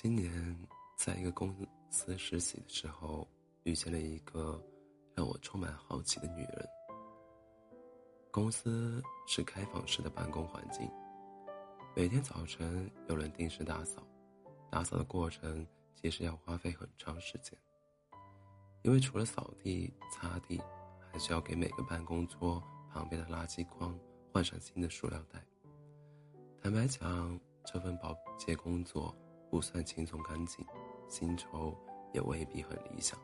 今年在一个公司实习的时候，遇见了一个让我充满好奇的女人。公司是开放式的办公环境，每天早晨有人定时打扫，打扫的过程其实要花费很长时间，因为除了扫地、擦地，还需要给每个办公桌旁边的垃圾筐换上新的塑料袋。坦白讲，这份保洁工作不算轻松干净，薪酬也未必很理想。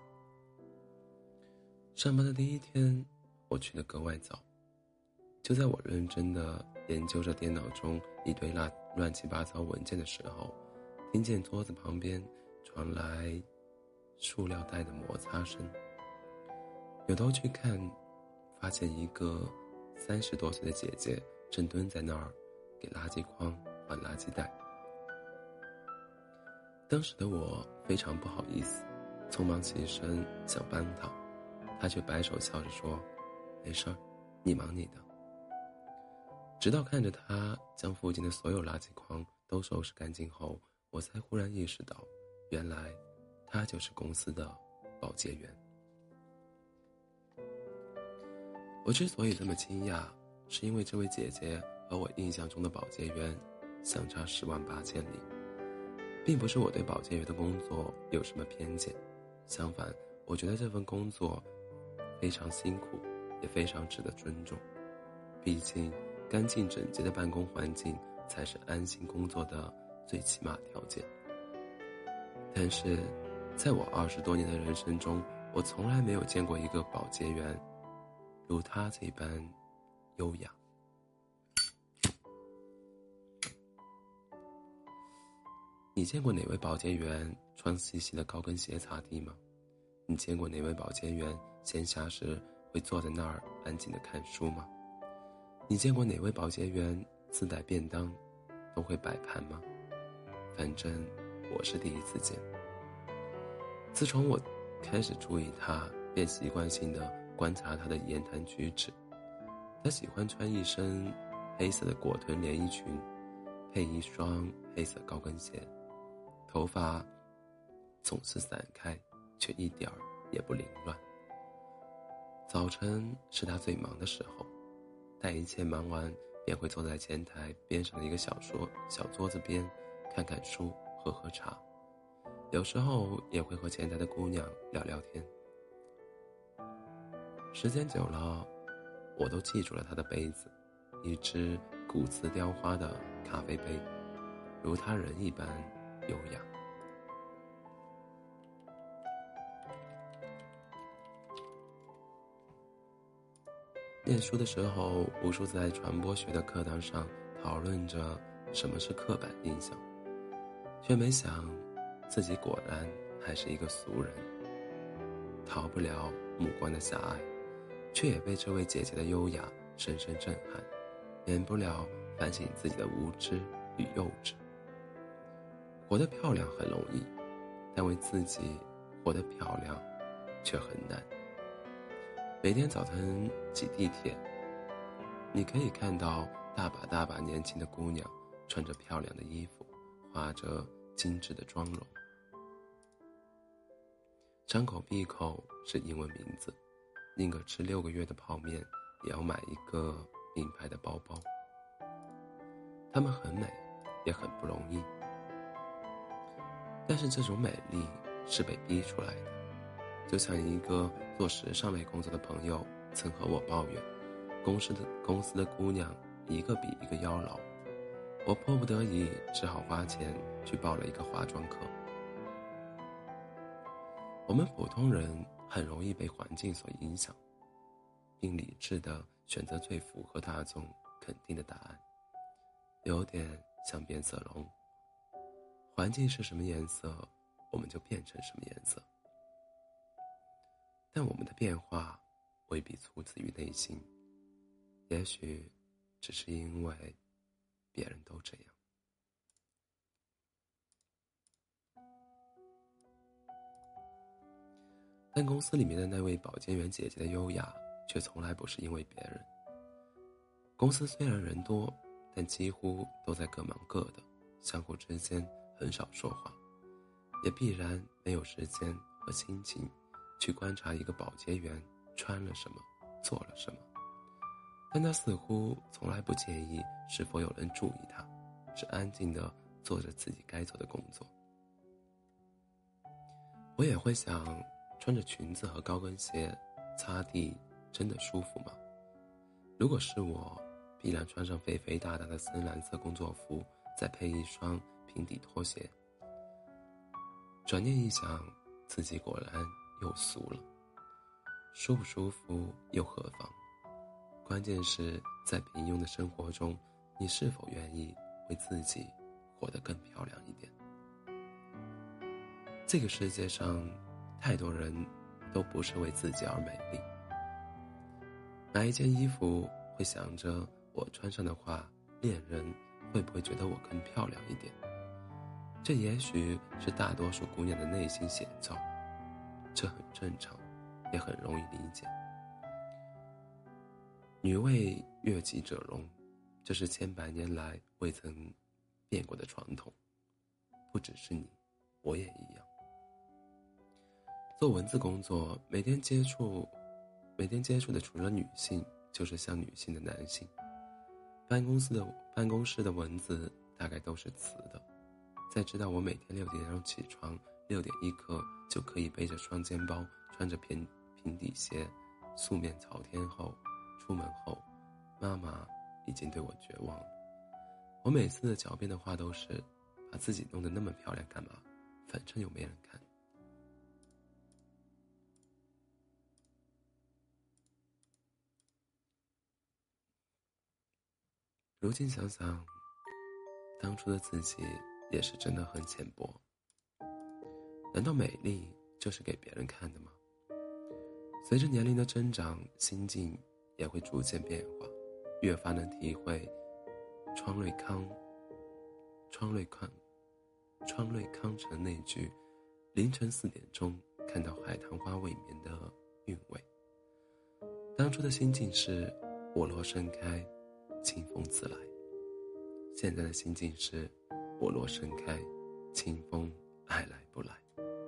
上班的第一天，我去得格外早。就在我认真地研究着电脑中一堆乱七八糟文件的时候，听见桌子旁边传来塑料袋的摩擦声。扭头去看，发现一个30多岁的姐姐正蹲在那儿给垃圾筐换垃圾袋。当时的我非常不好意思，匆忙起身想帮她，她却摆手笑着说：“没事儿，你忙你的。”直到看着她将附近的所有垃圾筐都收拾干净后，我才忽然意识到，原来她就是公司的保洁员。我之所以这么惊讶，是因为这位姐姐和我印象中的保洁员相差10万8千里。并不是我对保洁员的工作有什么偏见，相反，我觉得这份工作非常辛苦，也非常值得尊重。毕竟，干净整洁的办公环境才是安心工作的最起码条件。但是，在我20多年的人生中，我从来没有见过一个保洁员如她这般优雅。你见过哪位保洁员穿细细的高跟鞋擦地吗？你见过哪位保洁员闲暇时会坐在那儿安静地看书吗？你见过哪位保洁员自带便当都会摆盘吗？反正我是第一次见。自从我开始注意他，便习惯性地观察他的言谈举止。他喜欢穿一身黑色的裹臀连衣裙，配一双黑色高跟鞋，头发总是散开，却一点儿也不凌乱。早晨是他最忙的时候，待一切忙完，便会坐在前台边上的一个小桌子边，看看书，喝喝茶，有时候也会和前台的姑娘聊聊天。时间久了，我都记住了他的杯子，一只古瓷雕花的咖啡杯，如他人一般优雅。念书的时候，无数次在传播学的课堂上讨论着什么是刻板印象，却没想自己果然还是一个俗人，逃不了目光的狭隘，却也被这位姐姐的优雅深深震撼，免不了反省自己的无知与幼稚。活得漂亮很容易，但为自己活得漂亮却很难。每天早晨挤地铁，你可以看到大把年轻的姑娘穿着漂亮的衣服，画着精致的妆容，张口闭口是英文名字，宁可吃6个月的泡面也要买一个名牌的包包。她们很美，也很不容易，但是这种美丽是被逼出来的。就像一个做时尚类工作的朋友曾和我抱怨，公司的姑娘一个比一个妖娆，我迫不得已只好花钱去报了一个化妆课。我们普通人很容易被环境所影响，并理智地选择最符合大众肯定的答案，有点像变色龙，环境是什么颜色，我们就变成什么颜色。但我们的变化未必出自于内心，也许只是因为别人都这样。但公司里面的那位保洁员姐姐的优雅却从来不是因为别人。公司虽然人多，但几乎都在各忙各的，相互之间很少说话。 也必然没有时间和心情去观察一个保洁员穿了什么，做了什么。但他似乎从来不介意是否有人注意他，只安静地做着自己该做的工作。我也会想，穿着裙子和高跟鞋擦地真的舒服吗？如果是我，必然穿上肥肥大大的深蓝色工作服，再配一双平底拖鞋。转念一想，自己果然又俗了。舒不舒服又何妨？关键是在平庸的生活中，你是否愿意为自己活得更漂亮一点？这个世界上，太多人都不是为自己而美丽。买一件衣服会想着，我穿上的话，恋人会不会觉得我更漂亮一点？这也许是大多数姑娘的内心写照，这很正常，也很容易理解。女为悦己者容，这是千百年来未曾变过的传统。不只是你，我也一样。做文字工作，每天接触的除了女性，就是像女性的男性。办公室的文字大概都是词的。在知道我每天6点钟起床，6点1刻就可以背着双肩包，穿着平底鞋，素面朝天后，出门后，妈妈已经对我绝望了。我每次的狡辩的话都是，把自己弄得那么漂亮干嘛？反正又没人看。如今想想，当初的自己也是真的很浅薄。难道美丽就是给别人看的吗？随着年龄的增长，心境也会逐渐变化，越发能体会川瑞康城那句凌晨4点钟看到海棠花未眠的韵味。当初的心境是我若盛开，清风自来。现在的心境是我若盛开，清风爱来不来。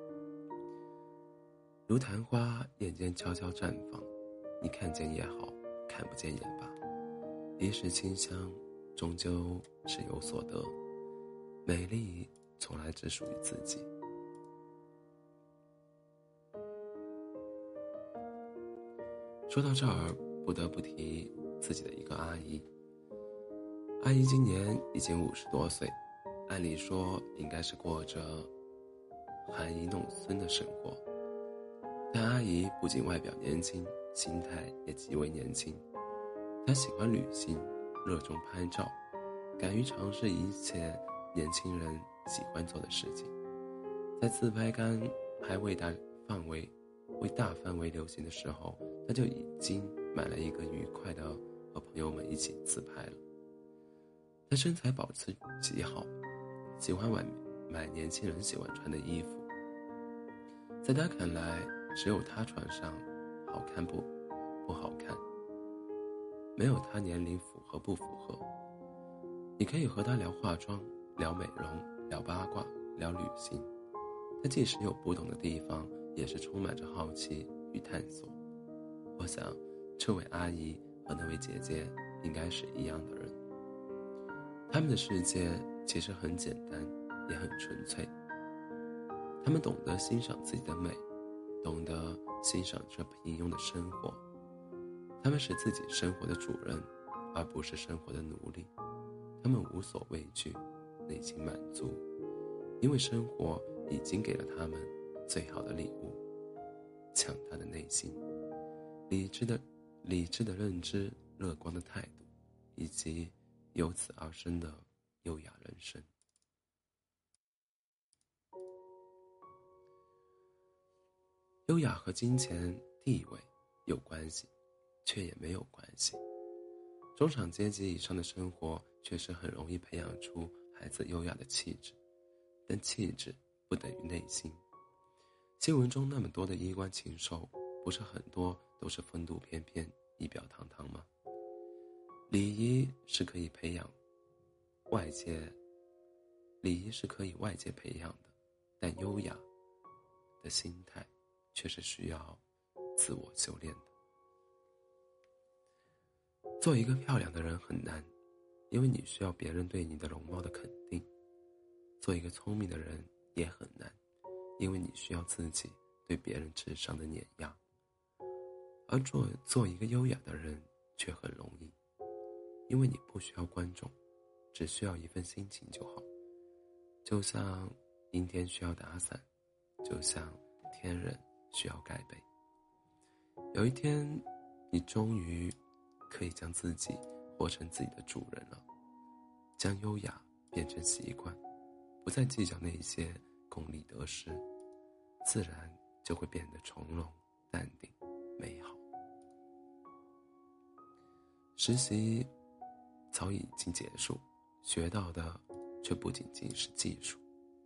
如昙花眼间悄悄绽放，你看见也好，看不见也罢，一世清香终究是有所得，美丽从来只属于自己。说到这儿，不得不提自己的一个阿姨。阿姨今年已经50多岁，按理说应该是过着含饴弄孙的生活，但阿姨不仅外表年轻，心态也极为年轻。她喜欢旅行，热衷拍照，敢于尝试一切年轻人喜欢做的事情。在自拍杆还未大范围流行的时候，她就已经买了一个愉快的和朋友们一起自拍了。她身材保持极好，喜欢买年轻人喜欢穿的衣服。在她看来，只有她穿上好看不好看，没有她年龄符合不符合。你可以和她聊化妆，聊美容，聊八卦，聊旅行。她即使有不懂的地方，也是充满着好奇与探索。我想，这位阿姨和那位姐姐应该是一样的人。他们的世界其实很简单，也很纯粹。他们懂得欣赏自己的美，懂得欣赏这平庸的生活。他们是自己生活的主人，而不是生活的奴隶。他们无所畏惧，内心满足，因为生活已经给了他们最好的礼物——强大的内心、理智的认知、乐观的态度，以及由此而生的优雅人生。优雅和金钱、地位有关系，却也没有关系。中产阶级以上的生活确实很容易培养出孩子优雅的气质，但气质不等于内心。新闻中那么多的衣冠禽兽，不是很多都是风度翩翩、仪表堂堂吗？礼仪是可以外界培养的， 但优雅的心态却是需要自我修炼的。做一个漂亮的人很难，因为你需要别人对你的容貌的肯定。做一个聪明的人也很难，因为你需要自己对别人智商的碾压。而做一个优雅的人却很容易，因为你不需要观众，只需要一份心情就好。就像阴天需要打伞，就像天冷需要盖被。有一天，你终于可以将自己活成自己的主人了，将优雅变成习惯，不再计较那些功利得失，自然就会变得从容、淡定、美好。实习早已经结束，学到的却不仅仅是技术。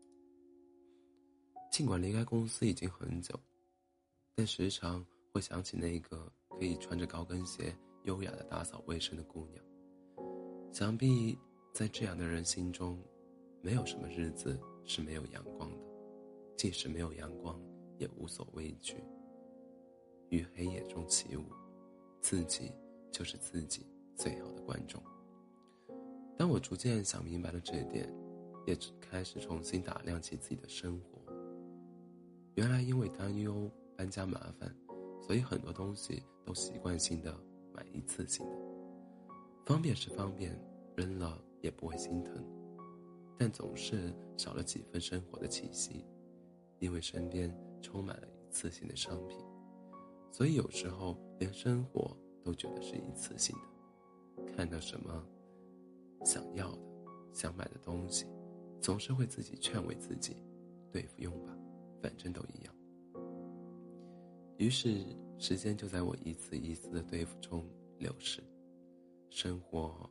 尽管离开公司已经很久，但时常会想起那个可以穿着高跟鞋优雅地打扫卫生的姑娘。想必在这样的人心中，没有什么日子是没有阳光的，即使没有阳光也无所畏惧。于黑夜中起舞，自己就是自己最好的观众。当我逐渐想明白了这点，也开始重新打量起自己的生活。原来因为担忧搬家麻烦，所以很多东西都习惯性的买一次性的。方便是方便，扔了也不会心疼，但总是少了几分生活的气息，因为身边充满了一次性的商品，所以有时候连生活都觉得是一次性的。看到什么想要的、想买的东西，总是会自己劝慰自己，对付用吧，反正都一样。于是时间就在我一次一次的对付中流逝，生活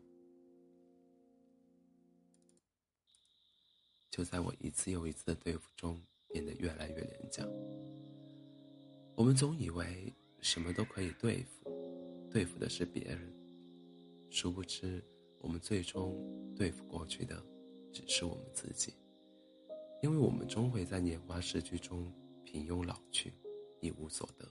就在我一次又一次的对付中变得越来越廉价。我们总以为什么都可以对付，对付的是别人，殊不知我们最终对付过去的只是我们自己。因为我们终会在年华逝去中平庸老去，一无所得。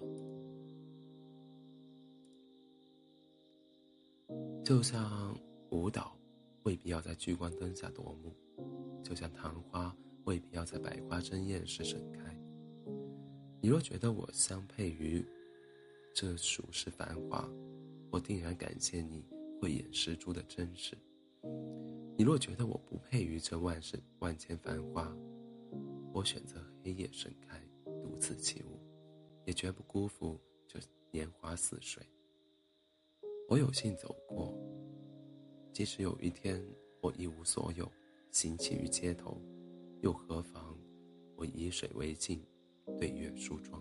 就像舞蹈未必要在聚光灯下夺目，就像昙花未必要在百花争艳时盛开。你若觉得我相配于这俗世繁华，我定然感谢你慧眼识珠的真实。你若觉得我不配于这万千繁华，我选择黑夜盛开，独自起舞，也绝不辜负这年华似水。我有幸走过，即使有一天我一无所有，行乞于街头，又何妨我以水为镜，对月梳妆。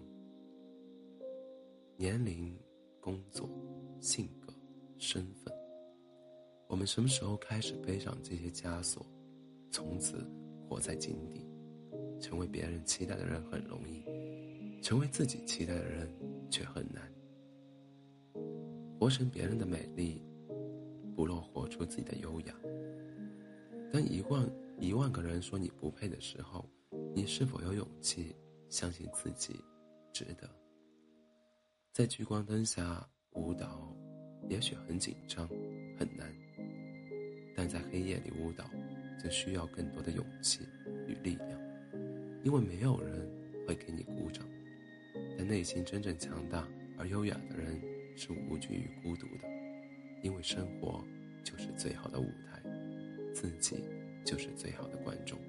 年龄、工作、性格、身份，我们什么时候开始背上这些枷锁，从此活在井底？成为别人期待的人很容易，成为自己期待的人却很难。活成别人的美丽，不若活出自己的优雅。当一万个人说你不配的时候，你是否有勇气相信自己值得？在聚光灯下舞蹈，也许很紧张，很难，但在黑夜里舞蹈，就需要更多的勇气与力量。因为没有人会给你鼓掌，但内心真正强大而优雅的人是无惧于孤独的，因为生活就是最好的舞台，自己就是最好的观众。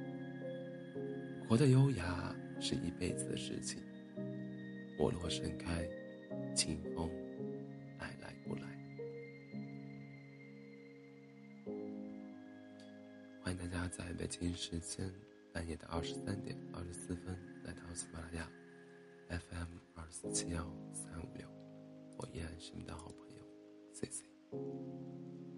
活得优雅是一辈子的事情，我若盛开，清风爱来不来。欢迎大家在北京时间半夜的23:24来到喜马拉雅 FM2471-356，我依然是你的好朋友 CC。